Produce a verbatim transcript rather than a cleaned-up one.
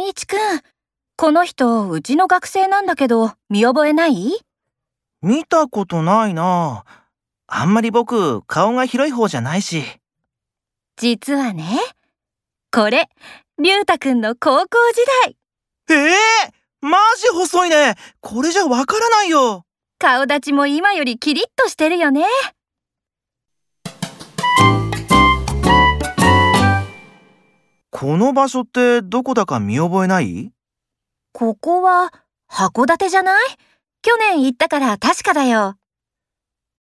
健一くん、この人、うちの学生なんだけど、見覚えない？ 見たことないな。あんまり僕、顔が広い方じゃないし。 実はね、これ、龍太くんの高校時代。 ええー、マジ細いね。これじゃわからないよ。 顔立ちも今よりキリッとしてるよね。 この場所ってどこだか見覚えない？ ここは函館じゃない？去年行ったから確かだよ。